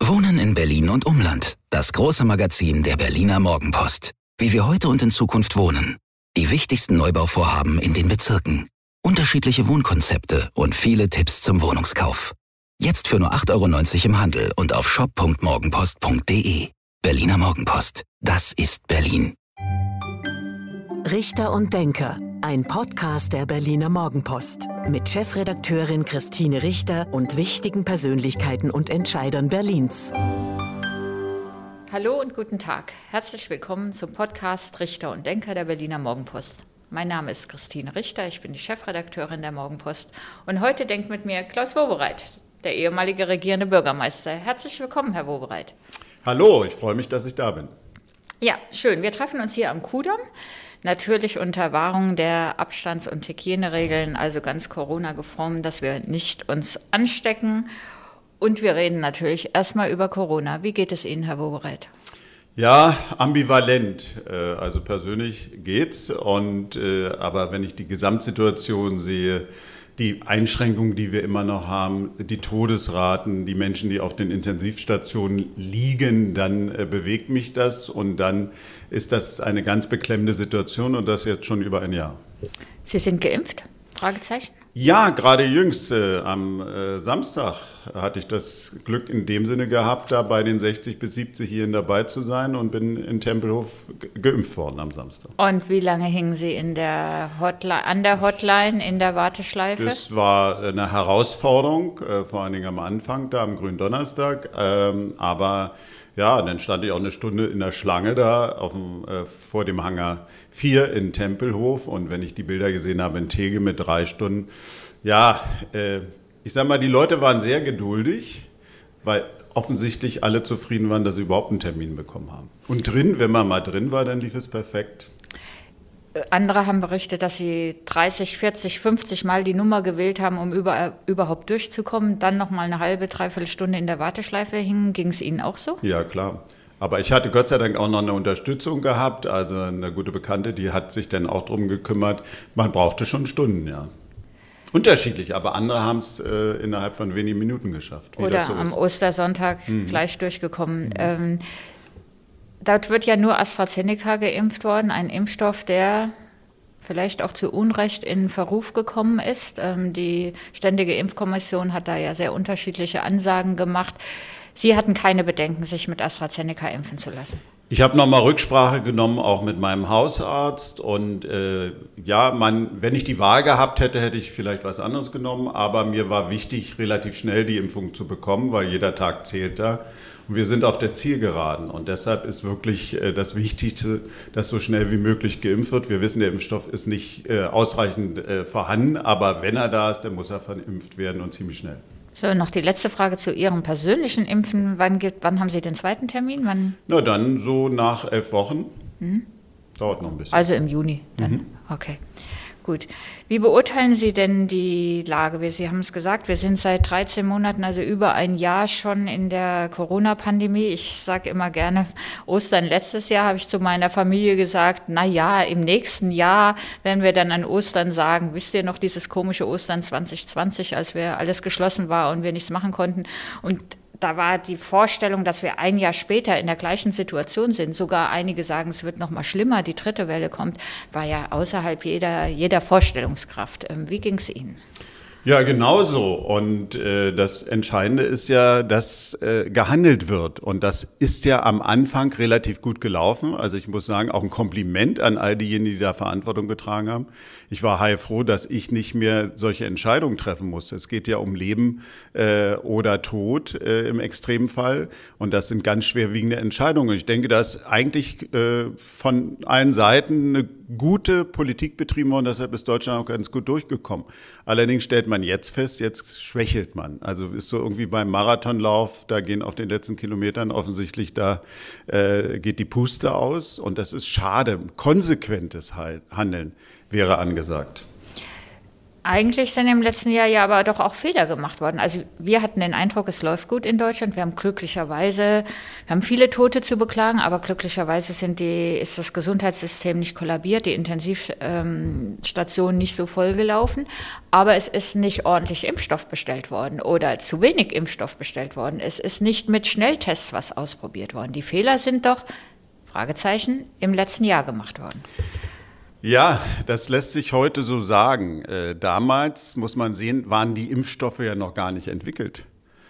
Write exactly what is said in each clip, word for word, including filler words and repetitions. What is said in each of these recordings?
Wohnen in Berlin und Umland. Das große Magazin der Berliner Morgenpost. Wie wir heute und in Zukunft wohnen. Die wichtigsten Neubauvorhaben in den Bezirken. Unterschiedliche Wohnkonzepte und viele Tipps zum Wohnungskauf. Jetzt für nur acht Euro neunzig im Handel und auf shop punkt morgenpost punkt de. Berliner Morgenpost. Das ist Berlin. Richter und Denker. Ein Podcast der Berliner Morgenpost. Mit Chefredakteurin Christine Richter und wichtigen Persönlichkeiten und Entscheidern Berlins. Hallo und guten Tag. Herzlich willkommen zum Podcast Richter und Denker der Berliner Morgenpost. Mein Name ist Christine Richter, ich bin die Chefredakteurin der Morgenpost. Und heute denkt mit mir Klaus Wowereit, der ehemalige regierende Bürgermeister. Herzlich willkommen, Herr Wowereit. Hallo, ich freue mich, dass ich da bin. Ja, schön. Wir treffen uns hier am Kudamm. Natürlich unter Wahrung der Abstands- und Hygieneregeln, also ganz Corona-geformt, dass wir nicht uns anstecken. Und wir reden natürlich erstmal über Corona. Wie geht es Ihnen, Herr Wowereit? Ja, ambivalent. Also persönlich geht's. Und, aber wenn ich die Gesamtsituation sehe, die Einschränkungen, die wir immer noch haben, die Todesraten, die Menschen, die auf den Intensivstationen liegen, dann äh, bewegt mich das und dann ist das eine ganz beklemmende Situation und das jetzt schon über ein Jahr. Sie sind geimpft? Fragezeichen? Ja, gerade jüngst äh, am äh, Samstag hatte ich das Glück in dem Sinne gehabt, da bei den sechzig bis siebzig-Jährigen dabei zu sein und bin in Tempelhof ge- geimpft worden am Samstag. Und wie lange hingen Sie in der Hotline, an der Hotline, in der Warteschleife? Das war eine Herausforderung, äh, vor allen Dingen am Anfang, da am Gründonnerstag, ähm, aber ja, dann stand ich auch eine Stunde in der Schlange da auf dem, äh, vor dem Hangar vier in Tempelhof und wenn ich die Bilder gesehen habe in Tegel mit drei Stunden, ja, äh, ich sag mal, die Leute waren sehr geduldig, weil offensichtlich alle zufrieden waren, dass sie überhaupt einen Termin bekommen haben. Und drin, wenn man mal drin war, dann lief es perfekt. Andere haben berichtet, dass sie dreißig, vierzig, fünfzig Mal die Nummer gewählt haben, um über, überhaupt durchzukommen. Dann noch mal eine halbe, dreiviertel Stunde in der Warteschleife hingen. Ging es Ihnen auch so? Ja, klar. Aber ich hatte Gott sei Dank auch noch eine Unterstützung gehabt. Also eine gute Bekannte, die hat sich dann auch darum gekümmert. Man brauchte schon Stunden, ja. Unterschiedlich, aber andere haben es äh, innerhalb von wenigen Minuten geschafft. Wie Oder das so am ist. Ostersonntag Mhm. gleich durchgekommen. Mhm. Ähm, dort wird ja nur AstraZeneca geimpft worden, ein Impfstoff, der vielleicht auch zu Unrecht in Verruf gekommen ist. Ähm, die Ständige Impfkommission hat da ja sehr unterschiedliche Ansagen gemacht. Sie hatten keine Bedenken, sich mit AstraZeneca impfen zu lassen. Ich habe nochmal Rücksprache genommen, auch mit meinem Hausarzt. Und äh, ja, man, wenn ich die Wahl gehabt hätte, hätte ich vielleicht was anderes genommen. Aber mir war wichtig, relativ schnell die Impfung zu bekommen, weil jeder Tag zählt da. Und wir sind auf der Zielgeraden. Und deshalb ist wirklich äh, das Wichtigste, dass so schnell wie möglich geimpft wird. Wir wissen, der Impfstoff ist nicht äh, ausreichend äh, vorhanden. Aber wenn er da ist, dann muss er verimpft werden und ziemlich schnell. So, noch die letzte Frage zu Ihrem persönlichen Impfen. Wann, gibt, wann haben Sie den zweiten Termin? Wann? Na dann so nach elf Wochen. Mhm. Dauert noch ein bisschen. Also im Juni dann? Mhm. Okay, gut. Wie beurteilen Sie denn die Lage? Wir, Sie haben es gesagt, wir sind seit dreizehn Monaten, also über ein Jahr schon in der Corona-Pandemie. Ich sage immer gerne, Ostern letztes Jahr habe ich zu meiner Familie gesagt, na ja, im nächsten Jahr werden wir dann an Ostern sagen, wisst ihr noch dieses komische Ostern zwanzig zwanzig, als wir alles geschlossen war und wir nichts machen konnten. Und da war die Vorstellung, dass wir ein Jahr später in der gleichen Situation sind, sogar einige sagen, es wird noch mal schlimmer, die dritte Welle kommt, war ja außerhalb jeder, jeder Vorstellungskraft. Wie ging es Ihnen? Ja, genauso. Und äh, das Entscheidende ist ja, dass äh, gehandelt wird. Und das ist ja am Anfang relativ gut gelaufen. Also ich muss sagen, auch ein Kompliment an all diejenigen, die da Verantwortung getragen haben. Ich war heilfroh, dass ich nicht mehr solche Entscheidungen treffen musste. Es geht ja um Leben äh, oder Tod äh, im Extremfall. Und das sind ganz schwerwiegende Entscheidungen. Ich denke, dass eigentlich äh, von allen Seiten eine gute Politik betrieben worden. Deshalb ist Deutschland auch ganz gut durchgekommen. Allerdings stellt man jetzt fest, jetzt schwächelt man. Also ist so irgendwie beim Marathonlauf, da gehen auf den letzten Kilometern offensichtlich, da äh, geht die Puste aus. Und das ist schade. Konsequentes Handeln wäre angesagt. Eigentlich sind im letzten Jahr ja aber doch auch Fehler gemacht worden. Also wir hatten den Eindruck, es läuft gut in Deutschland. Wir haben glücklicherweise, wir haben viele Tote zu beklagen, aber glücklicherweise sind die, ist das Gesundheitssystem nicht kollabiert, die Intensivstationen nicht so voll gelaufen. Aber es ist nicht ordentlich Impfstoff bestellt worden oder zu wenig Impfstoff bestellt worden. Es ist nicht mit Schnelltests was ausprobiert worden. Die Fehler sind doch, Fragezeichen, im letzten Jahr gemacht worden. Ja, das lässt sich heute so sagen. Äh, damals, muss man sehen, waren die Impfstoffe ja noch gar nicht entwickelt.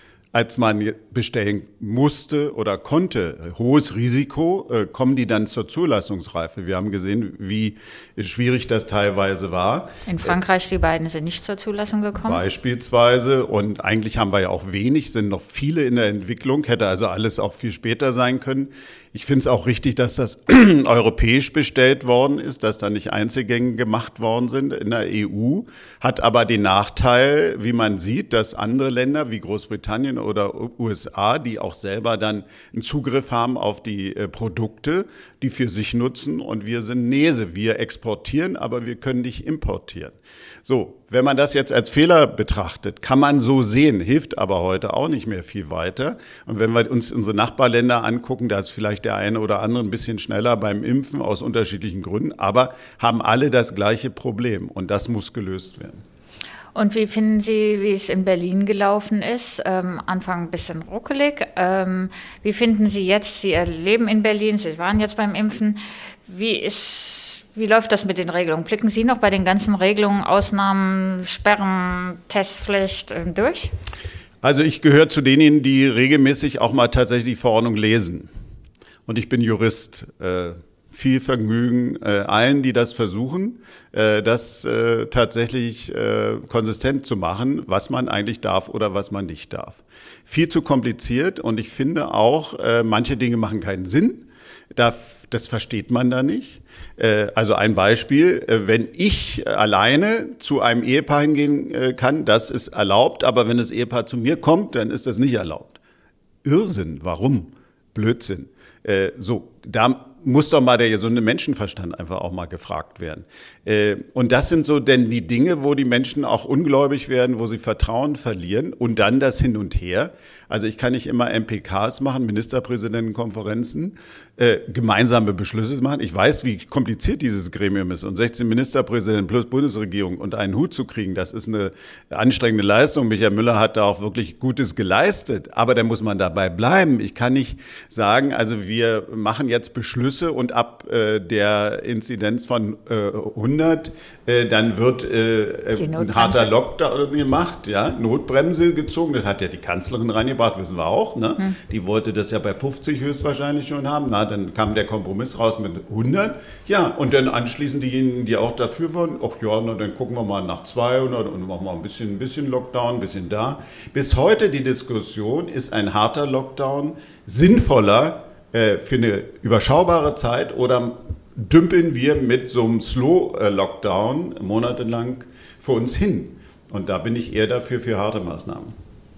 Als man bestellen musste oder konnte, hohes Risiko, äh, kommen die dann zur Zulassungsreife. Wir haben gesehen, wie schwierig das teilweise war. In Frankreich, die beiden sind nicht zur Zulassung gekommen. Beispielsweise. Und eigentlich haben wir ja auch wenig, sind noch viele in der Entwicklung, hätte also alles auch viel später sein können. Ich finde es auch richtig, dass das europäisch bestellt worden ist, dass da nicht Einzelgänge gemacht worden sind in der E U. Hat aber den Nachteil, wie man sieht, dass andere Länder wie Großbritannien oder U S A, die auch selber dann einen Zugriff haben auf die äh, Produkte, die für sich nutzen. Und wir sind Nese. Wir exportieren, aber wir können nicht importieren. So, wenn man das jetzt als Fehler betrachtet, kann man so sehen, hilft aber heute auch nicht mehr viel weiter. Und wenn wir uns unsere Nachbarländer angucken, da ist vielleicht der eine oder andere ein bisschen schneller beim Impfen aus unterschiedlichen Gründen, aber haben alle das gleiche Problem und das muss gelöst werden. Und wie finden Sie, wie es in Berlin gelaufen ist? Ähm, Anfang ein bisschen ruckelig. Ähm, wie finden Sie jetzt, Sie leben in Berlin, Sie waren jetzt beim Impfen. Wie ist, wie läuft das mit den Regelungen? Blicken Sie noch bei den ganzen Regelungen, Ausnahmen, Sperren, Testpflicht äh, durch? Also ich gehöre zu denen, die regelmäßig auch mal tatsächlich die Verordnung lesen. Und ich bin Jurist. Äh, viel Vergnügen äh, allen, die das versuchen, äh, das äh, tatsächlich äh, konsistent zu machen, was man eigentlich darf oder was man nicht darf. Viel zu kompliziert und ich finde auch, äh, manche Dinge machen keinen Sinn. Da, das versteht man da nicht. Äh, also ein Beispiel, äh, wenn ich alleine zu einem Ehepaar hingehen äh, kann, das ist erlaubt, aber wenn das Ehepaar zu mir kommt, dann ist das nicht erlaubt. Irrsinn, warum? Blödsinn. Äh, so, da muss doch mal der gesunde Menschenverstand einfach auch mal gefragt werden. Äh, und das sind so denn die Dinge, wo die Menschen auch ungläubig werden, wo sie Vertrauen verlieren und dann das Hin und Her. Also ich kann nicht immer M P Ks machen, Ministerpräsidentenkonferenzen, äh, gemeinsame Beschlüsse machen. Ich weiß, wie kompliziert dieses Gremium ist und sechzehn Ministerpräsidenten plus Bundesregierung und einen Hut zu kriegen, das ist eine anstrengende Leistung. Michael Müller hat da auch wirklich Gutes geleistet, aber da muss man dabei bleiben. Ich kann nicht sagen, also wir machen jetzt Beschlüsse und ab äh, der Inzidenz von äh, hundert, äh, dann wird äh, ein harter Lockdown gemacht, ja, Notbremse gezogen, das hat ja die Kanzlerin reingebracht, wissen wir auch, ne? Hm. Die wollte das ja bei fünfzig höchstwahrscheinlich schon haben, na, dann kam der Kompromiss raus mit hundert, ja, und dann anschließend diejenigen, die auch dafür waren, ach ja, na, dann gucken wir mal nach zweihundert und machen wir ein bisschen, ein bisschen Lockdown, ein bisschen da. Bis heute die Diskussion, ist ein harter Lockdown sinnvoller äh, für eine überschaubare Zeit oder dümpeln wir mit so einem Slow-Lockdown monatelang vor uns hin? Und da bin ich eher dafür für harte Maßnahmen.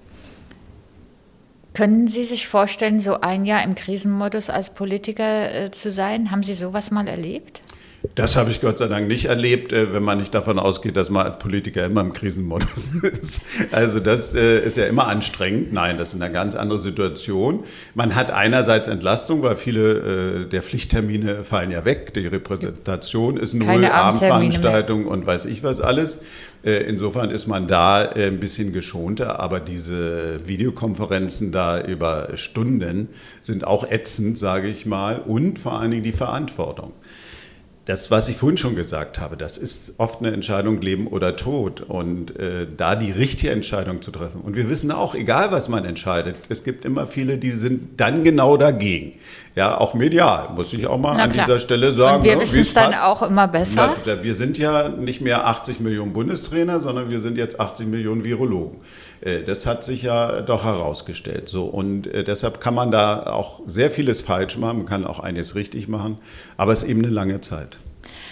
Können Sie sich vorstellen, so ein Jahr im Krisenmodus als Politiker äh, zu sein? Haben Sie sowas mal erlebt? Das habe ich Gott sei Dank nicht erlebt, wenn man nicht davon ausgeht, dass man als Politiker immer im Krisenmodus ist. Also das ist ja immer anstrengend. Nein, das ist eine ganz andere Situation. Man hat einerseits Entlastung, weil viele der Pflichttermine fallen ja weg. Die Repräsentation ist null, Abendveranstaltungen und weiß ich was alles. Insofern ist man da ein bisschen geschonter, aber diese Videokonferenzen da über Stunden sind auch ätzend, sage ich mal, und vor allen Dingen die Verantwortung. Das, was ich vorhin schon gesagt habe, das ist oft eine Entscheidung Leben oder Tod und äh, da die richtige Entscheidung zu treffen. Und wir wissen auch, egal was man entscheidet, es gibt immer viele, die sind dann genau dagegen. Ja, auch medial, muss ich auch mal Na an klar. dieser Stelle sagen. Und wir ne, wissen es dann auch immer besser. Na, wir sind ja nicht mehr achtzig Millionen Bundestrainer, sondern wir sind jetzt achtzig Millionen Virologen. Äh, das hat sich ja doch herausgestellt. So, und äh, deshalb kann man da auch sehr vieles falsch machen, man kann auch einiges richtig machen, aber es ist eben eine lange Zeit.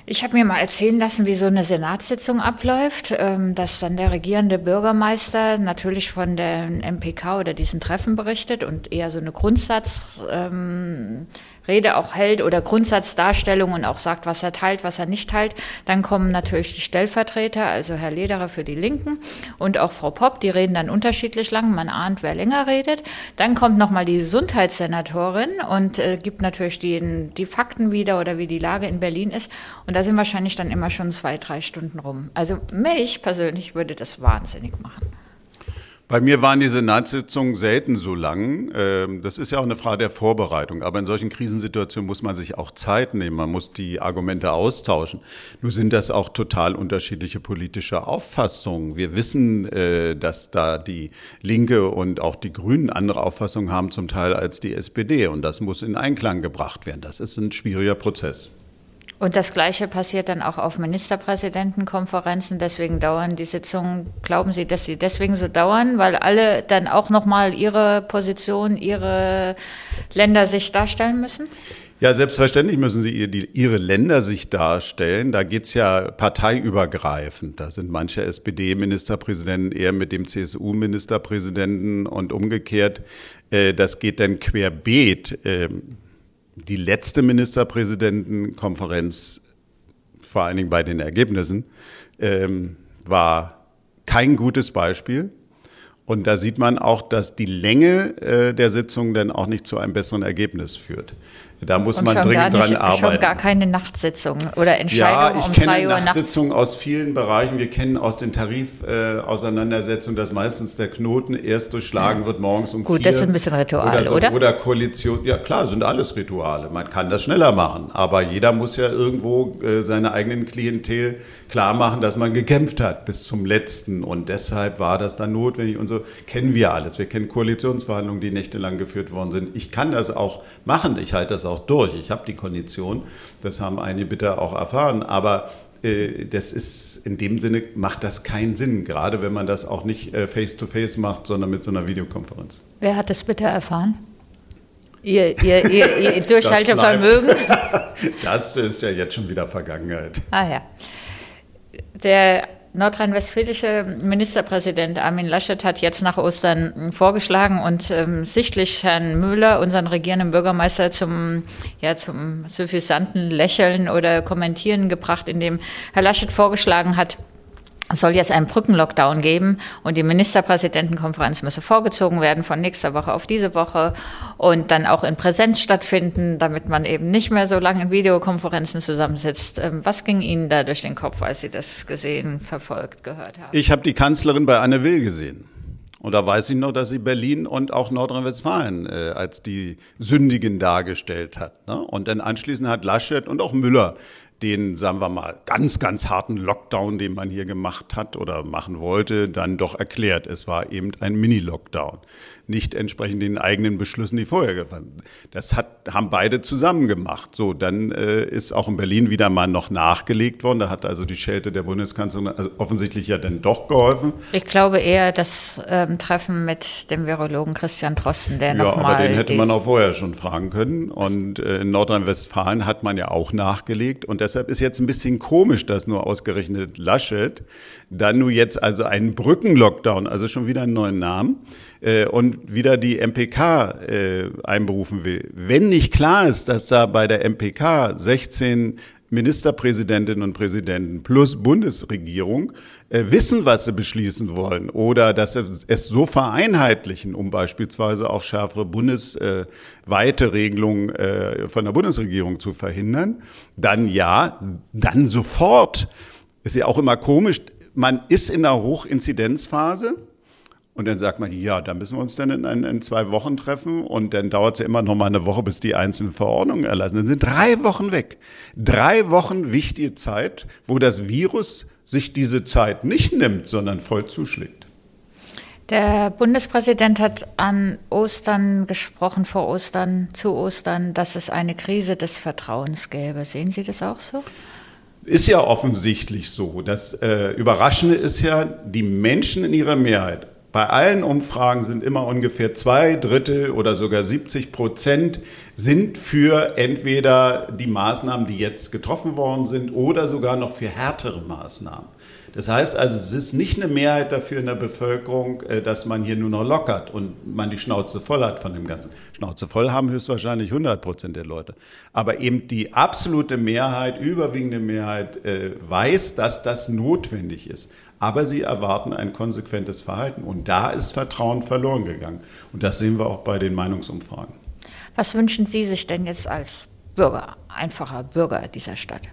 Ich habe mir mal erzählen lassen, wie so eine Senatssitzung abläuft, dass dann der regierende Bürgermeister natürlich von der M P K oder diesen Treffen berichtet und eher so eine Grundsatzrede auch hält oder Grundsatzdarstellung und auch sagt, was er teilt, was er nicht teilt. Dann kommen natürlich die Stellvertreter, also Herr Lederer für die Linken und auch Frau Popp, die reden dann unterschiedlich lang, man ahnt, wer länger redet. Dann kommt nochmal die Gesundheitssenatorin und äh, gibt natürlich die, die Fakten wieder oder wie die Lage in Berlin ist. Und da sind wahrscheinlich dann immer schon zwei, drei Stunden rum. Also mich persönlich würde das wahnsinnig machen. Bei mir waren die Senatssitzungen selten so lang. Das ist ja auch eine Frage der Vorbereitung. Aber in solchen Krisensituationen muss man sich auch Zeit nehmen. Man muss die Argumente austauschen. Nur sind das auch total unterschiedliche politische Auffassungen. Wir wissen, dass da die Linke und auch die Grünen andere Auffassungen haben zum Teil als die S P D. Und das muss in Einklang gebracht werden. Das ist ein schwieriger Prozess. Und das Gleiche passiert dann auch auf Ministerpräsidentenkonferenzen. Deswegen dauern die Sitzungen, glauben Sie, dass sie deswegen so dauern, weil alle dann auch nochmal ihre Position, ihre Länder sich darstellen müssen? Ja, selbstverständlich müssen sie ihre Länder sich darstellen. Da geht's ja parteiübergreifend. Da sind manche S P D-Ministerpräsidenten eher mit dem C S U-Ministerpräsidenten und umgekehrt. Das geht dann querbeet. Die letzte Ministerpräsidentenkonferenz, vor allen Dingen bei den Ergebnissen, ähm, war kein gutes Beispiel. Und da sieht man auch, dass die Länge äh, der Sitzung dann auch nicht zu einem besseren Ergebnis führt. Da muss und man dringend nicht, dran arbeiten. Schon gar keine Nachtsitzung oder Entscheidung ja, um drei Uhr nachts. Ja, ich kenne Nachtsitzungen aus vielen Bereichen. Wir kennen aus den Tarifauseinandersetzungen, äh, dass meistens der Knoten erst durchschlagen ja. wird morgens um Gut, vier. Das ist ein bisschen Ritual, oder? So, oder? Oder Koalition. Ja klar, sind alles Rituale. Man kann das schneller machen. Aber jeder muss ja irgendwo äh, seine eigenen Klientel klar machen, dass man gekämpft hat bis zum Letzten. Und deshalb war das dann notwendig. Und so kennen wir alles. Wir kennen Koalitionsverhandlungen, die nächtelang geführt worden sind. Ich kann das auch machen. Ich halte das auch durch. Ich habe die Kondition, das haben einige bitte auch erfahren, aber äh, das ist in dem Sinne, macht das keinen Sinn, gerade wenn man das auch nicht äh, face-to-face macht, sondern mit so einer Videokonferenz. Wer hat das bitte erfahren? Ihr, ihr, ihr, ihr Durchhaltevermögen? Das, das ist ja jetzt schon wieder Vergangenheit. Ah ja. Der nordrhein-westfälische Ministerpräsident Armin Laschet hat jetzt nach Ostern vorgeschlagen und ähm, sichtlich Herrn Müller, unseren regierenden Bürgermeister, zum, ja, zum suffisanten Lächeln oder Kommentieren gebracht, indem Herr Laschet vorgeschlagen hat, es soll jetzt einen Brückenlockdown geben und die Ministerpräsidentenkonferenz müsse vorgezogen werden von nächster Woche auf diese Woche und dann auch in Präsenz stattfinden, damit man eben nicht mehr so lange in Videokonferenzen zusammensitzt. Was ging Ihnen da durch den Kopf, als Sie das gesehen, verfolgt, gehört haben? Ich habe die Kanzlerin bei Anne Will gesehen. Und da weiß ich noch, dass sie Berlin und auch Nordrhein-Westfalen äh, als die Sündigen dargestellt hat. Ne? Und dann anschließend hat Laschet und auch Müller den, sagen wir mal, ganz, ganz harten Lockdown, den man hier gemacht hat oder machen wollte, dann doch erklärt. Es war eben ein Mini-Lockdown, nicht entsprechend den eigenen Beschlüssen, die vorher gefallen sind. Das hat, haben beide zusammen gemacht. So, dann äh, ist auch in Berlin wieder mal noch nachgelegt worden. Da hat also die Schelte der Bundeskanzlerin also offensichtlich ja dann doch geholfen. Ich glaube eher das ähm, Treffen mit dem Virologen Christian Drosten, der ja, nochmal... Ja, aber den hätte man auch vorher schon fragen können. Und äh, in Nordrhein-Westfalen hat man ja auch nachgelegt. Und deshalb ist jetzt ein bisschen komisch, dass nur ausgerechnet Laschet dann nur jetzt also einen Brückenlockdown, also schon wieder einen neuen Namen, äh, und wieder die M P K äh, einberufen will. Wenn nicht klar ist, dass da bei der M P K sechzehn Ministerpräsidentinnen und Präsidenten plus Bundesregierung äh, wissen, was sie beschließen wollen oder dass sie es so vereinheitlichen, um beispielsweise auch schärfere bundesweite Regelungen äh, von der Bundesregierung zu verhindern, dann ja, dann sofort. Ist ja auch immer komisch, man ist in einer Hochinzidenzphase. Und dann sagt man, ja, da müssen wir uns dann in, in, in zwei Wochen treffen und dann dauert es ja immer noch mal eine Woche, bis die einzelnen Verordnungen erlassen. Dann sind drei Wochen weg. Drei Wochen wichtige Zeit, wo das Virus sich diese Zeit nicht nimmt, sondern voll zuschlägt. Der Bundespräsident hat an Ostern gesprochen, vor Ostern, zu Ostern, dass es eine Krise des Vertrauens gäbe. Sehen Sie das auch so? Ist ja offensichtlich so. Das äh, Überraschende ist ja, die Menschen in ihrer Mehrheit, Bei allen Umfragen sind immer ungefähr zwei Drittel oder sogar siebzig Prozent sind für entweder die Maßnahmen, die jetzt getroffen worden sind, oder sogar noch für härtere Maßnahmen. Das heißt also, es ist nicht eine Mehrheit dafür in der Bevölkerung, dass man hier nur noch lockert und man die Schnauze voll hat von dem Ganzen. Schnauze voll haben höchstwahrscheinlich hundert Prozent der Leute. Aber eben die absolute Mehrheit, überwiegende Mehrheit äh, weiß, dass das notwendig ist. Aber sie erwarten ein konsequentes Verhalten. Und da ist Vertrauen verloren gegangen. Und das sehen wir auch bei den Meinungsumfragen. Was wünschen Sie sich denn jetzt als Bürger, einfacher Bürger dieser Stadt?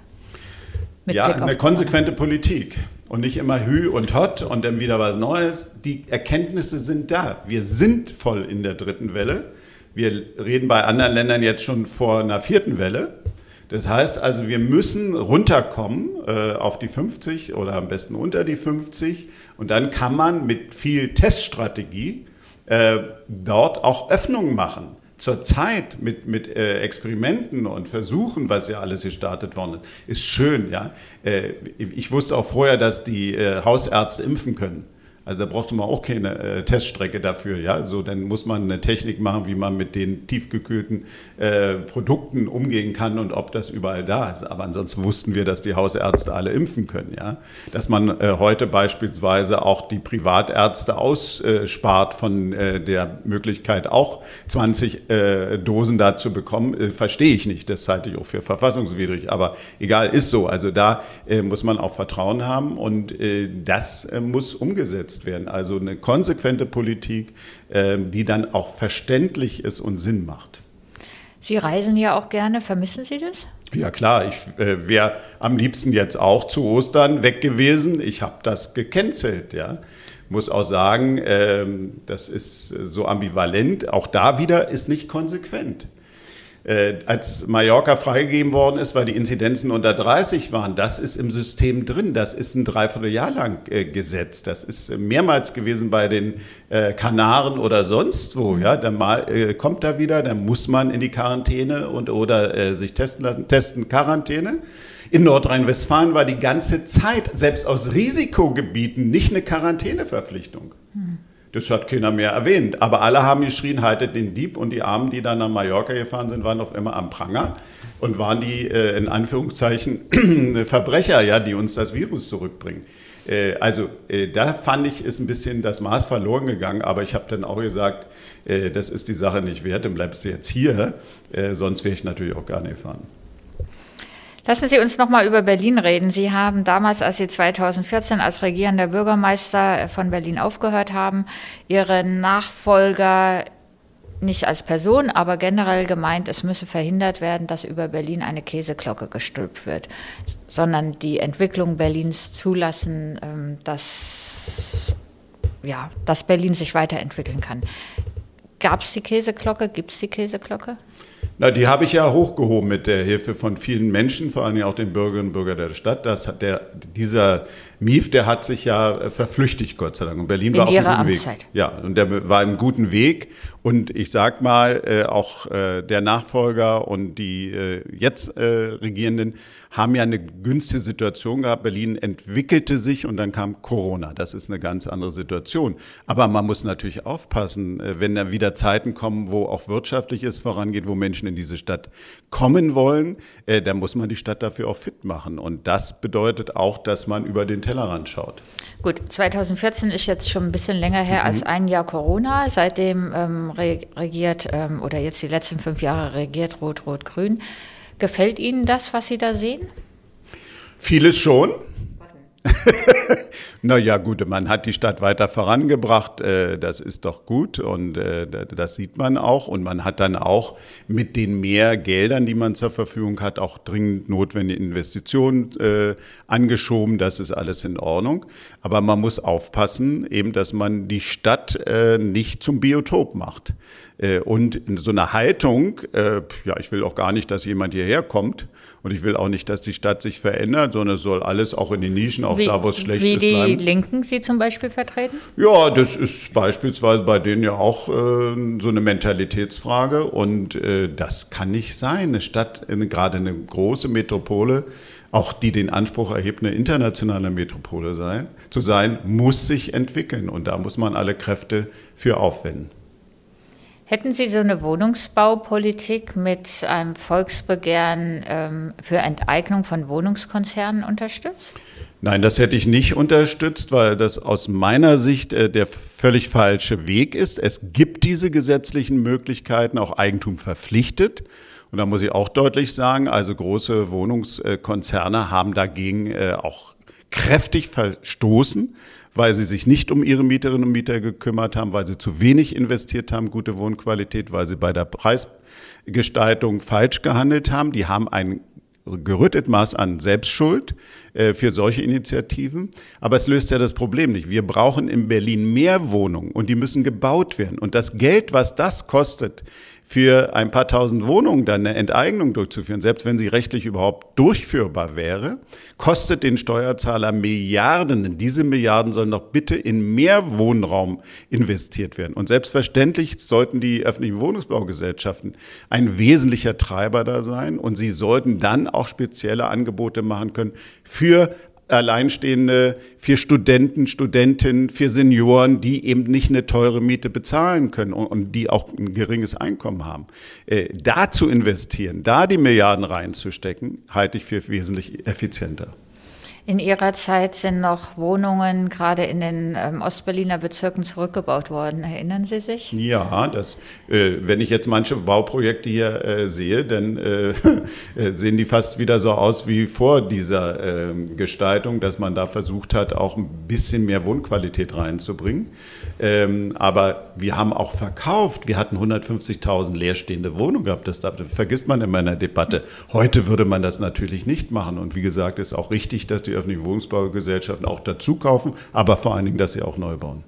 Mit ja, eine konsequente Politik und nicht immer Hü und Hott und dann wieder was Neues. Die Erkenntnisse sind da. Wir sind voll in der dritten Welle. Wir reden bei anderen Ländern jetzt schon vor einer vierten Welle. Das heißt also, wir müssen runterkommen äh, auf die fünfzig oder am besten unter die fünfzig. Und dann kann man mit viel Teststrategie äh, dort auch Öffnungen machen. Zurzeit mit, mit äh, Experimenten und Versuchen, was ja alles gestartet worden ist, ist schön. Ja? Äh, ich wusste auch vorher, dass die äh, Hausärzte impfen können. Also da brauchte man auch keine äh, Teststrecke dafür. Ja? So, dann muss man eine Technik machen, wie man mit den tiefgekühlten äh, Produkten umgehen kann und ob das überall da ist. Aber ansonsten wussten wir, dass die Hausärzte alle impfen können. Ja? Dass man äh, heute beispielsweise auch die Privatärzte ausspart von äh, der Möglichkeit, auch zwanzig äh, Dosen da zu bekommen, äh, verstehe ich nicht. Das halte ich auch für verfassungswidrig. Aber egal, ist so. Also da äh, muss man auch Vertrauen haben und äh, das äh, muss umgesetzt werden. Also eine konsequente Politik, die dann auch verständlich ist und Sinn macht. Sie reisen ja auch gerne. Vermissen Sie das? Ja klar, ich äh, wäre am liebsten jetzt auch zu Ostern weg gewesen. Ich habe das gecancelt, ja. Muss auch sagen, ähm, das ist so ambivalent. Auch da wieder ist nicht konsequent. Äh, als Mallorca freigegeben worden ist, weil die Inzidenzen unter dreißig waren, das ist im System drin, das ist ein Dreivierteljahr lang äh, gesetzt, das ist äh, mehrmals gewesen bei den äh, Kanaren oder sonst wo, ja, dann mal äh, kommt da wieder, dann muss man in die Quarantäne und oder äh, sich testen lassen, testen, Quarantäne. In Nordrhein-Westfalen war die ganze Zeit, selbst aus Risikogebieten, nicht eine Quarantäneverpflichtung. Hm. Das hat keiner mehr erwähnt. Aber alle haben geschrien, haltet den Dieb. Und die Armen, die dann nach Mallorca gefahren sind, waren auf immer am Pranger und waren die, äh, in Anführungszeichen, Verbrecher, ja, die uns das Virus zurückbringen. Äh, also äh, da fand ich, ist ein bisschen das Maß verloren gegangen. Aber ich habe dann auch gesagt, äh, das ist die Sache nicht wert, dann bleibst du jetzt hier. Äh, sonst wäre ich natürlich auch gar nicht gefahren. Lassen Sie uns noch mal über Berlin reden. Sie haben damals, als Sie zweitausendvierzehn als regierender Bürgermeister von Berlin aufgehört haben, Ihren Nachfolger nicht als Person, aber generell gemeint, es müsse verhindert werden, dass über Berlin eine Käseglocke gestülpt wird, sondern die Entwicklung Berlins zulassen, dass, ja, dass Berlin sich weiterentwickeln kann. Gab es die Käseglocke? Gibt es die Käseglocke? Na, die habe ich ja hochgehoben mit der Hilfe von vielen Menschen, vor allem auch den Bürgerinnen und Bürgern der Stadt. Das hat der, dieser M I F, der hat sich ja verflüchtigt, Gott sei Dank. Und Berlin war auf einem guten Weg. Ja, und der war im guten Weg. Und ich sag mal, äh, auch äh, der Nachfolger und die äh, jetzt äh, Regierenden haben ja eine günstige Situation gehabt. Berlin entwickelte sich und dann kam Corona. Das ist eine ganz andere Situation. Aber man muss natürlich aufpassen, äh, wenn da wieder Zeiten kommen, wo auch Wirtschaftliches vorangeht, wo Menschen in diese Stadt kommen wollen, äh, dann muss man die Stadt dafür auch fit machen. Und das bedeutet auch, dass man über den Tellerrand schaut. Gut, zweitausendvierzehn ist jetzt schon ein bisschen länger her mhm. als ein Jahr Corona. Seitdem ähm, regiert ähm, oder jetzt die letzten fünf Jahre regiert Rot-Rot-Grün. Gefällt Ihnen das, was Sie da sehen? Vieles schon. Na ja, gut, man hat die Stadt weiter vorangebracht, das ist doch gut und das sieht man auch. Und man hat dann auch mit den mehr Geldern, die man zur Verfügung hat, auch dringend notwendige Investitionen angeschoben. Das ist alles in Ordnung. Aber man muss aufpassen, eben, dass man die Stadt nicht zum Biotop macht. Und in so einer Haltung, ja, ich will auch gar nicht, dass jemand hierher kommt und ich will auch nicht, dass die Stadt sich verändert, sondern es soll alles auch in den Nischen, auch wie, da, wo es schlecht Recht Wie ist, die bleiben. Linken Sie zum Beispiel vertreten? Ja, das ist beispielsweise bei denen ja auch äh, so eine Mentalitätsfrage und äh, das kann nicht sein. Eine Stadt, eine, gerade eine große Metropole, auch die den Anspruch erhebt, eine internationale Metropole sein, zu sein, muss sich entwickeln und da muss man alle Kräfte für aufwenden. Hätten Sie so eine Wohnungsbaupolitik mit einem Volksbegehren ähm, für Enteignung von Wohnungskonzernen unterstützt? Nein, das hätte ich nicht unterstützt, weil das aus meiner Sicht äh, der völlig falsche Weg ist. Es gibt diese gesetzlichen Möglichkeiten, auch Eigentum verpflichtet. Und da muss ich auch deutlich sagen, also große Wohnungskonzerne haben dagegen äh, auch kräftig verstoßen, weil sie sich nicht um ihre Mieterinnen und Mieter gekümmert haben, weil sie zu wenig investiert haben, gute Wohnqualität, weil sie bei der Preisgestaltung falsch gehandelt haben. Die haben ein gerüttet Maß an Selbstschuld äh, für solche Initiativen. Aber es löst ja das Problem nicht. Wir brauchen in Berlin mehr Wohnungen und die müssen gebaut werden. Und das Geld, was das kostet, für ein paar tausend Wohnungen dann eine Enteignung durchzuführen, selbst wenn sie rechtlich überhaupt durchführbar wäre, kostet den Steuerzahler Milliarden. Und diese Milliarden sollen doch bitte in mehr Wohnraum investiert werden. Und selbstverständlich sollten die öffentlichen Wohnungsbaugesellschaften ein wesentlicher Treiber da sein. Und sie sollten dann auch spezielle Angebote machen können für Alleinstehende, für Studenten, Studentinnen, für Senioren, die eben nicht eine teure Miete bezahlen können und, und die auch ein geringes Einkommen haben. Äh, da zu investieren, da die Milliarden reinzustecken, halte ich für wesentlich effizienter. In Ihrer Zeit sind noch Wohnungen gerade in den ähm, Ostberliner Bezirken zurückgebaut worden. Erinnern Sie sich? Ja, das, äh, wenn ich jetzt manche Bauprojekte hier äh, sehe, dann äh, sehen die fast wieder so aus wie vor dieser äh, Gestaltung, dass man da versucht hat, auch ein bisschen mehr Wohnqualität reinzubringen. Ähm, aber wir haben auch verkauft. Wir hatten hundertfünfzigtausend leerstehende Wohnungen gehabt. Das, das vergisst man immer in der Debatte. Heute würde man das natürlich nicht machen. Und wie gesagt, ist auch richtig, dass die öffentlichen Wohnungsbaugesellschaften auch dazu kaufen, aber vor allen Dingen, dass sie auch neu bauen.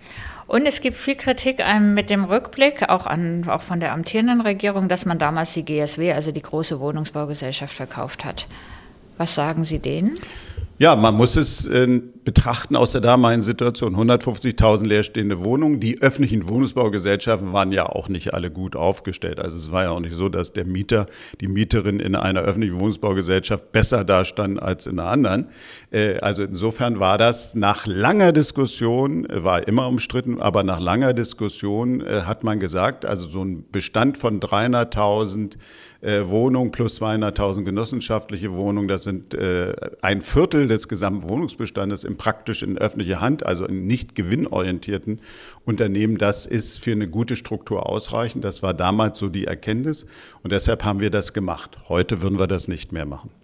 Und es gibt viel Kritik mit dem Rückblick, auch, an, auch von der amtierenden Regierung, dass man damals die G S W, also die große Wohnungsbaugesellschaft, verkauft hat. Was sagen Sie denen? Ja, man muss es äh, betrachten aus der damaligen Situation. hundertfünfzigtausend leerstehende Wohnungen. Die öffentlichen Wohnungsbaugesellschaften waren ja auch nicht alle gut aufgestellt. Also es war ja auch nicht so, dass der Mieter, die Mieterin in einer öffentlichen Wohnungsbaugesellschaft besser dastand als in einer anderen. Äh, also insofern war das nach langer Diskussion, war immer umstritten, aber nach langer Diskussion äh, hat man gesagt, also so ein Bestand von dreihunderttausend äh, Wohnungen plus zweihunderttausend genossenschaftliche Wohnungen, das sind äh, ein Viertel des gesamten Wohnungsbestandes im praktisch in öffentlicher Hand, also in nicht gewinnorientierten Unternehmen. Das ist für eine gute Struktur ausreichend. Das war damals so die Erkenntnis und deshalb haben wir das gemacht. Heute würden wir das nicht mehr machen.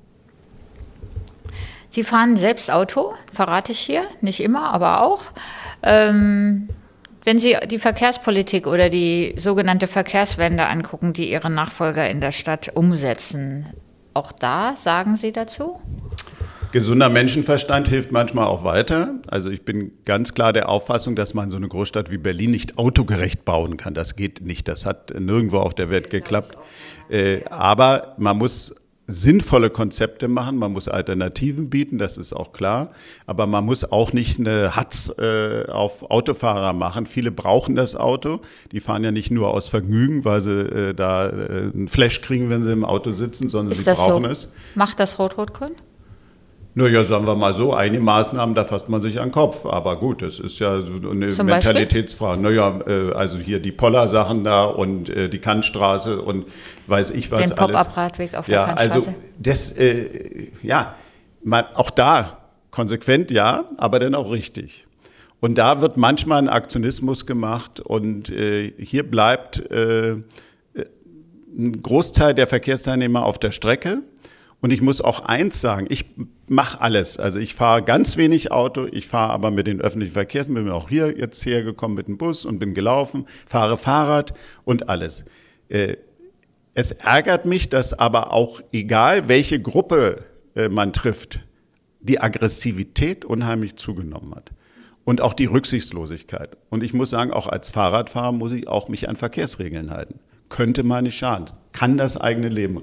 Sie fahren selbst Auto, verrate ich hier, nicht immer, aber auch. Ähm, wenn Sie die Verkehrspolitik oder die sogenannte Verkehrswende angucken, die Ihre Nachfolger in der Stadt umsetzen, auch da sagen Sie dazu? Gesunder Menschenverstand hilft manchmal auch weiter. Also ich bin ganz klar der Auffassung, dass man so eine Großstadt wie Berlin nicht autogerecht bauen kann. Das geht nicht. Das hat nirgendwo auf der Welt geklappt. Äh, aber man muss sinnvolle Konzepte machen, man muss Alternativen bieten, das ist auch klar, aber man muss auch nicht eine Hatz äh, auf Autofahrer machen. Viele brauchen das Auto, die fahren ja nicht nur aus Vergnügen, weil sie äh, da äh, einen Flash kriegen, wenn sie im Auto sitzen, sondern ist sie das brauchen so? es. Macht das Rot-Rot-Grün? Naja, sagen wir mal so, einige Maßnahmen, da fasst man sich an den Kopf. Aber gut, das ist ja so eine Zum Mentalitätsfrage. Naja, äh, also hier die Poller-Sachen da und äh, die Kantstraße und weiß ich was alles. Den Pop-up-Radweg auf der ja, Kantstraße. Also das, äh, ja, man, auch da konsequent ja, aber dann auch richtig. Und da wird manchmal ein Aktionismus gemacht und äh, hier bleibt äh, ein Großteil der Verkehrsteilnehmer auf der Strecke. Und ich muss auch eins sagen, ich mache alles. Also ich fahre ganz wenig Auto, ich fahre aber mit den öffentlichen Verkehrsmitteln, bin auch hier jetzt hergekommen mit dem Bus und bin gelaufen, fahre Fahrrad und alles. Es ärgert mich, dass aber auch, egal welche Gruppe man trifft, die Aggressivität unheimlich zugenommen hat. Und auch die Rücksichtslosigkeit. Und ich muss sagen, auch als Fahrradfahrer muss ich auch mich an Verkehrsregeln halten. Könnte mal nicht schaden, kann das eigene Leben retten.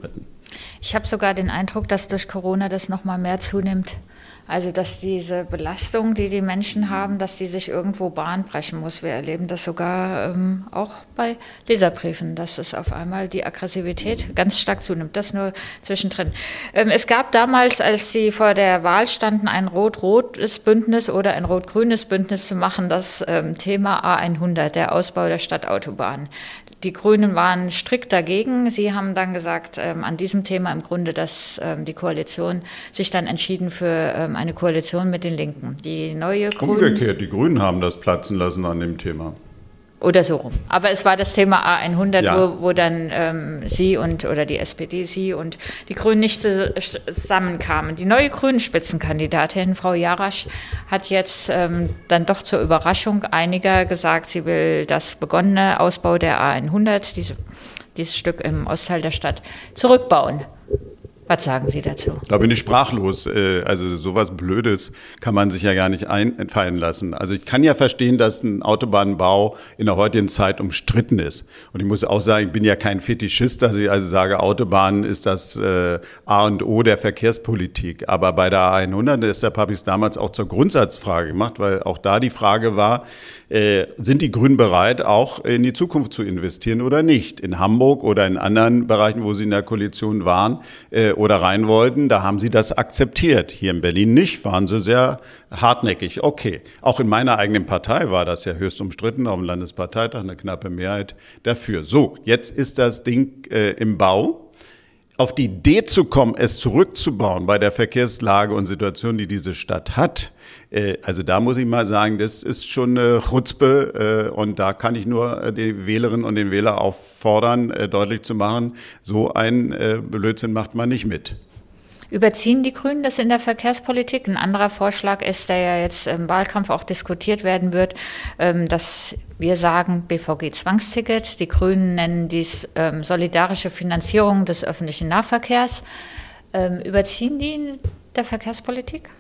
Ich habe sogar den Eindruck, dass durch Corona das noch mal mehr zunimmt. Also dass diese Belastung, die die Menschen haben, dass die sich irgendwo Bahn brechen muss. Wir erleben das sogar ähm, auch bei Leserbriefen, dass es auf einmal die Aggressivität ganz stark zunimmt. Das nur zwischendrin. Ähm, es gab damals, als Sie vor der Wahl standen, ein rot-rotes Bündnis oder ein rot-grünes Bündnis zu machen, das ähm, Thema A hundert, der Ausbau der Stadtautobahn. Die Grünen waren strikt dagegen. Sie haben dann gesagt, ähm, an diesem Thema im Grunde, dass ähm, die Koalition sich dann entschieden für ähm, eine Koalition mit den Linken. Die neue Grünen. Umgekehrt, die Grünen haben das platzen lassen an dem Thema. Oder so rum. Aber es war das Thema A hundert, ja. wo, wo dann ähm, Sie und oder die S P D, Sie und die Grünen nicht zusammenkamen. Die neue Grünen-Spitzenkandidatin, Frau Jarasch, hat jetzt ähm, dann doch zur Überraschung einiger gesagt, sie will das begonnene Ausbau der A hundert, diese, dieses Stück im Ostteil der Stadt, zurückbauen. Was sagen Sie dazu? Da bin ich sprachlos. Also sowas Blödes kann man sich ja gar nicht einfallen lassen. Also ich kann ja verstehen, dass ein Autobahnbau in der heutigen Zeit umstritten ist. Und ich muss auch sagen, ich bin ja kein Fetischist, dass ich also sage, Autobahn ist das A und O der Verkehrspolitik. Aber bei der A hundert, deshalb habe ich es damals auch zur Grundsatzfrage gemacht, weil auch da die Frage war, Äh, sind die Grünen bereit, auch in die Zukunft zu investieren oder nicht? In Hamburg oder in anderen Bereichen, wo sie in der Koalition waren äh, oder rein wollten, da haben sie das akzeptiert. Hier in Berlin nicht, waren sie sehr hartnäckig. Okay, auch in meiner eigenen Partei war das ja höchst umstritten, auf dem Landesparteitag eine knappe Mehrheit dafür. So, jetzt ist das Ding äh, im Bau. Auf die Idee zu kommen, es zurückzubauen bei der Verkehrslage und Situation, die diese Stadt hat, äh, also da muss ich mal sagen, das ist schon eine Chutzpe, äh, und da kann ich nur die Wählerinnen und den Wähler auffordern, äh, deutlich zu machen, so ein äh, Blödsinn macht man nicht mit. Überziehen die Grünen das in der Verkehrspolitik? Ein anderer Vorschlag ist, der ja jetzt im Wahlkampf auch diskutiert werden wird, dass wir sagen B V G-Zwangsticket. Die Grünen nennen dies solidarische Finanzierung des öffentlichen Nahverkehrs. Überziehen die in der Verkehrspolitik?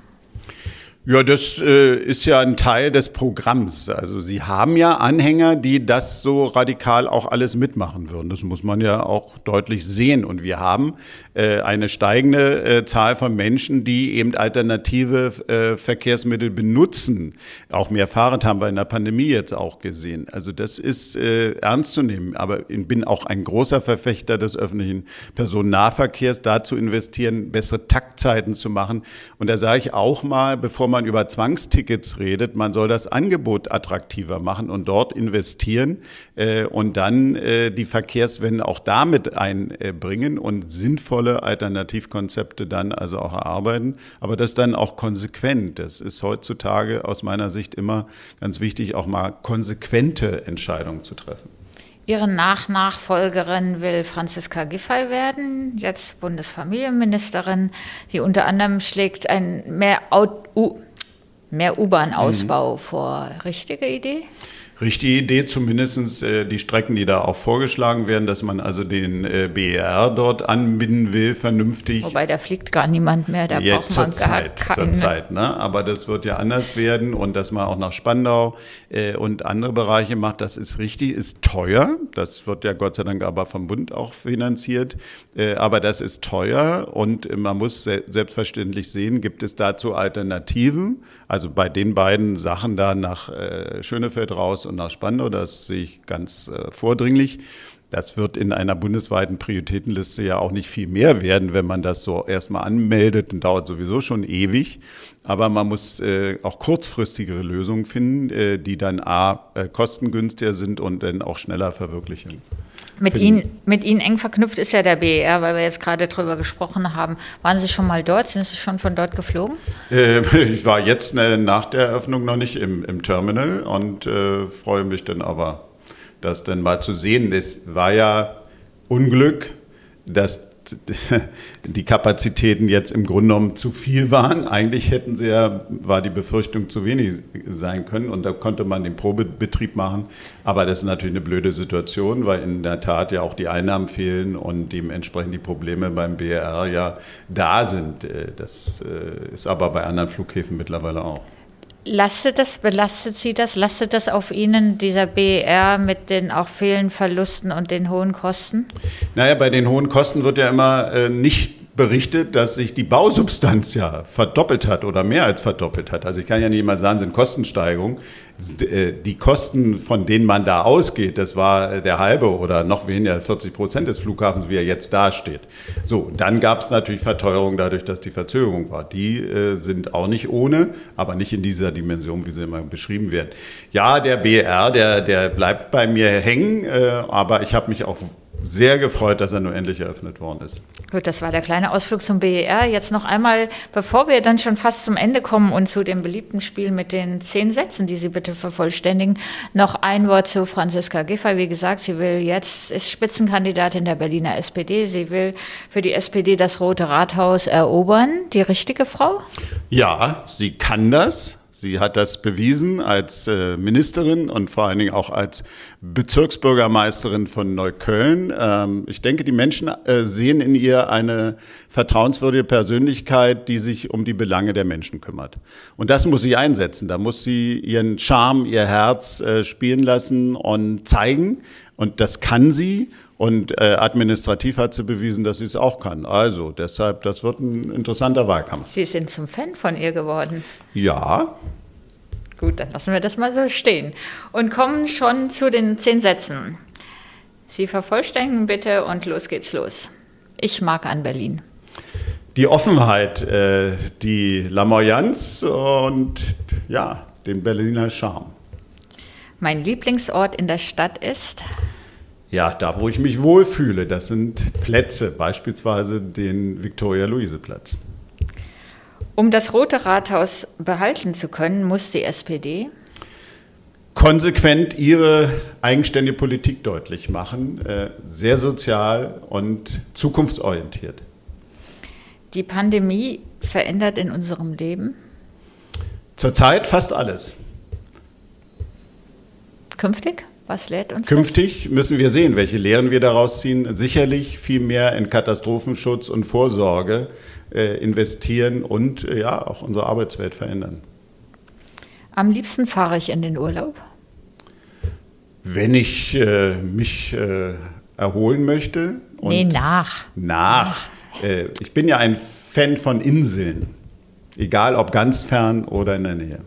Ja, das äh, ist ja ein Teil des Programms. Also Sie haben ja Anhänger, die das so radikal auch alles mitmachen würden. Das muss man ja auch deutlich sehen. Und wir haben äh, eine steigende äh, Zahl von Menschen, die eben alternative äh, Verkehrsmittel benutzen. Auch mehr Fahrrad haben wir in der Pandemie jetzt auch gesehen. Also das ist äh, ernst zu nehmen. Aber ich bin auch ein großer Verfechter des öffentlichen Personennahverkehrs, da zu investieren, bessere Taktzeiten zu machen. Und da sage ich auch mal, bevor man über Zwangstickets redet, man soll das Angebot attraktiver machen und dort investieren äh, und dann äh, die Verkehrswende auch damit einbringen und sinnvolle Alternativkonzepte dann also auch erarbeiten, aber das dann auch konsequent. Das ist heutzutage aus meiner Sicht immer ganz wichtig, auch mal konsequente Entscheidungen zu treffen. Ihre Nachnachfolgerin will Franziska Giffey werden, jetzt Bundesfamilienministerin, die unter anderem schlägt ein mehr, U- mehr U-Bahn-Ausbau mhm. vor. Richtige Idee? Richtige Idee, zumindest äh, die Strecken, die da auch vorgeschlagen werden, dass man also den äh, B E R dort anbinden will, vernünftig. Wobei, da fliegt gar niemand mehr, da Jetzt braucht man zur gar Zeit, keine. Zur Zeit, ne? Aber das wird ja anders werden und dass man auch nach Spandau äh, und andere Bereiche macht, das ist richtig, ist teuer. Das wird ja Gott sei Dank aber vom Bund auch finanziert. Äh, aber das ist teuer und man muss se- selbstverständlich sehen, gibt es dazu Alternativen? Also bei den beiden Sachen da nach äh, Schönefeld raus und nach Spandau, das sehe ich ganz äh, vordringlich. Das wird in einer bundesweiten Prioritätenliste ja auch nicht viel mehr werden, wenn man das so erstmal anmeldet, und dauert sowieso schon ewig. Aber man muss äh, auch kurzfristigere Lösungen finden, äh, die dann a, äh, kostengünstiger sind und dann auch schneller verwirklichen. Mit Ihnen, mit Ihnen eng verknüpft ist ja der B E R, weil wir jetzt gerade drüber gesprochen haben. Waren Sie schon mal dort? Sind Sie schon von dort geflogen? Äh, ich war jetzt äh, nach der Eröffnung noch nicht im, im Terminal und äh, freue mich dann aber, das dann mal zu sehen. Es war ja Unglück, dass die Kapazitäten jetzt im Grunde genommen zu viel waren. Eigentlich hätten sie ja, war die Befürchtung, zu wenig sein können und da konnte man den Probebetrieb machen. Aber das ist natürlich eine blöde Situation, weil in der Tat ja auch die Einnahmen fehlen und dementsprechend die Probleme beim B E R ja da sind. Das ist aber bei anderen Flughäfen mittlerweile auch. Lastet das, belastet Sie das, lastet das auf Ihnen, dieser B E R mit den auch vielen Verlusten und den hohen Kosten? Naja, bei den hohen Kosten wird ja immer äh, nicht berichtet, dass sich die Bausubstanz ja verdoppelt hat oder mehr als verdoppelt hat. Also ich kann ja nicht mal sagen, sind Kostensteigerungen. Die Kosten, von denen man da ausgeht, das war der halbe oder noch weniger, vierzig Prozent des Flughafens, wie er jetzt dasteht. So, dann gab es natürlich Verteuerung dadurch, dass die Verzögerung war. Die äh, sind auch nicht ohne, aber nicht in dieser Dimension, wie sie immer beschrieben werden. Ja, der B E R, der, der bleibt bei mir hängen, äh, aber ich habe mich auch sehr gefreut, dass er nur endlich eröffnet worden ist. Gut, das war der kleine Ausflug zum B E R. Jetzt noch einmal, bevor wir dann schon fast zum Ende kommen und zu dem beliebten Spiel mit den zehn Sätzen, die Sie bitte vervollständigen, noch ein Wort zu Franziska Giffey. Wie gesagt, sie will jetzt, ist Spitzenkandidatin der Berliner S P D. Sie will für die S P D das Rote Rathaus erobern. Die richtige Frau? Ja, sie kann das. Sie hat das bewiesen als äh, Ministerin und vor allen Dingen auch als Bezirksbürgermeisterin von Neukölln. Ähm, ich denke, die Menschen äh, sehen in ihr eine vertrauenswürdige Persönlichkeit, die sich um die Belange der Menschen kümmert. Und das muss sie einsetzen. Da muss sie ihren Charme, ihr Herz äh, spielen lassen und zeigen. Und das kann sie. Und äh, administrativ hat sie bewiesen, dass sie es auch kann. Also deshalb, das wird ein interessanter Wahlkampf. Sie sind zum Fan von ihr geworden. Ja. Gut, dann lassen wir das mal so stehen. Und kommen schon zu den zehn Sätzen. Sie vervollständigen bitte und los geht's los. Ich mag an Berlin. Die Offenheit, äh, die Lamoyanz und ja, den Berliner Charme. Mein Lieblingsort in der Stadt ist? Ja, da wo ich mich wohlfühle, das sind Plätze, beispielsweise den Viktoria-Luise-Platz. Um das Rote Rathaus behalten zu können, muss die S P D konsequent ihre eigenständige Politik deutlich machen, äh, sehr sozial und zukunftsorientiert. Die Pandemie verändert in unserem Leben? Zurzeit fast alles. Künftig? Was lehrt uns Künftig das? müssen wir sehen, welche Lehren wir daraus ziehen. Sicherlich viel mehr in Katastrophenschutz und Vorsorge äh, investieren und äh, ja auch unsere Arbeitswelt verändern. Am liebsten fahre ich in den Urlaub? Wenn ich äh, mich äh, erholen möchte. Und nee, nach. Nach. Äh, ich bin ja ein Fan von Inseln. Egal ob ganz fern oder in der Nähe.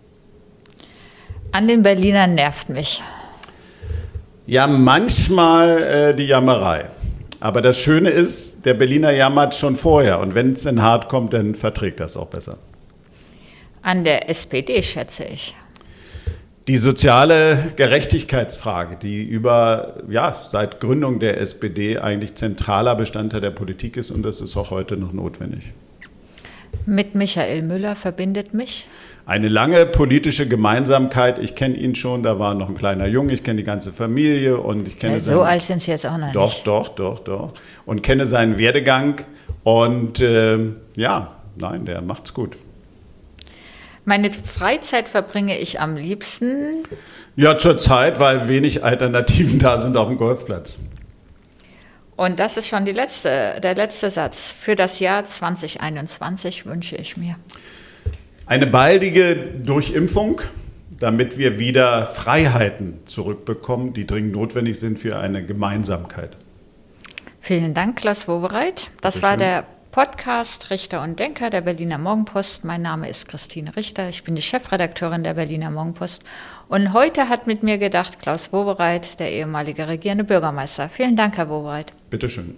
An den Berlinern nervt mich. Ja, manchmal äh, die Jammerei. Aber das Schöne ist, der Berliner jammert schon vorher. Und wenn es in hart kommt, dann verträgt das auch besser. An der S P D schätze ich. Die soziale Gerechtigkeitsfrage, die über, ja, seit Gründung der S P D eigentlich zentraler Bestandteil der Politik ist. Und das ist auch heute noch notwendig. Mit Michael Müller verbindet mich? Eine lange politische Gemeinsamkeit. Ich kenne ihn schon, da war noch ein kleiner Junge, ich kenne die ganze Familie und ich kenne ja, so seinen, alt sind Sie jetzt auch noch doch, nicht. Doch, doch, doch, doch. Und kenne seinen Werdegang und äh, ja, nein, der macht's gut. Meine Freizeit verbringe ich am liebsten? Ja, zurzeit, weil wenig Alternativen da sind auf dem Golfplatz. Und das ist schon die letzte, der letzte Satz. Für das Jahr zwanzig einundzwanzig wünsche ich mir eine baldige Durchimpfung, damit wir wieder Freiheiten zurückbekommen, die dringend notwendig sind für eine Gemeinsamkeit. Vielen Dank, Klaus Wowereit. Das Sehr war schön. Der Podcast Richter und Denker der Berliner Morgenpost. Mein Name ist Christine Richter. Ich bin die Chefredakteurin der Berliner Morgenpost. Und heute hat mit mir gedacht Klaus Wowereit, der ehemalige regierende Bürgermeister. Vielen Dank, Herr Wowereit. Bitte schön.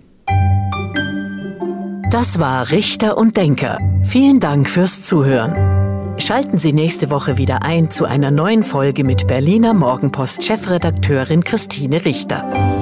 Das war Richter und Denker. Vielen Dank fürs Zuhören. Schalten Sie nächste Woche wieder ein zu einer neuen Folge mit Berliner Morgenpost-Chefredakteurin Christine Richter.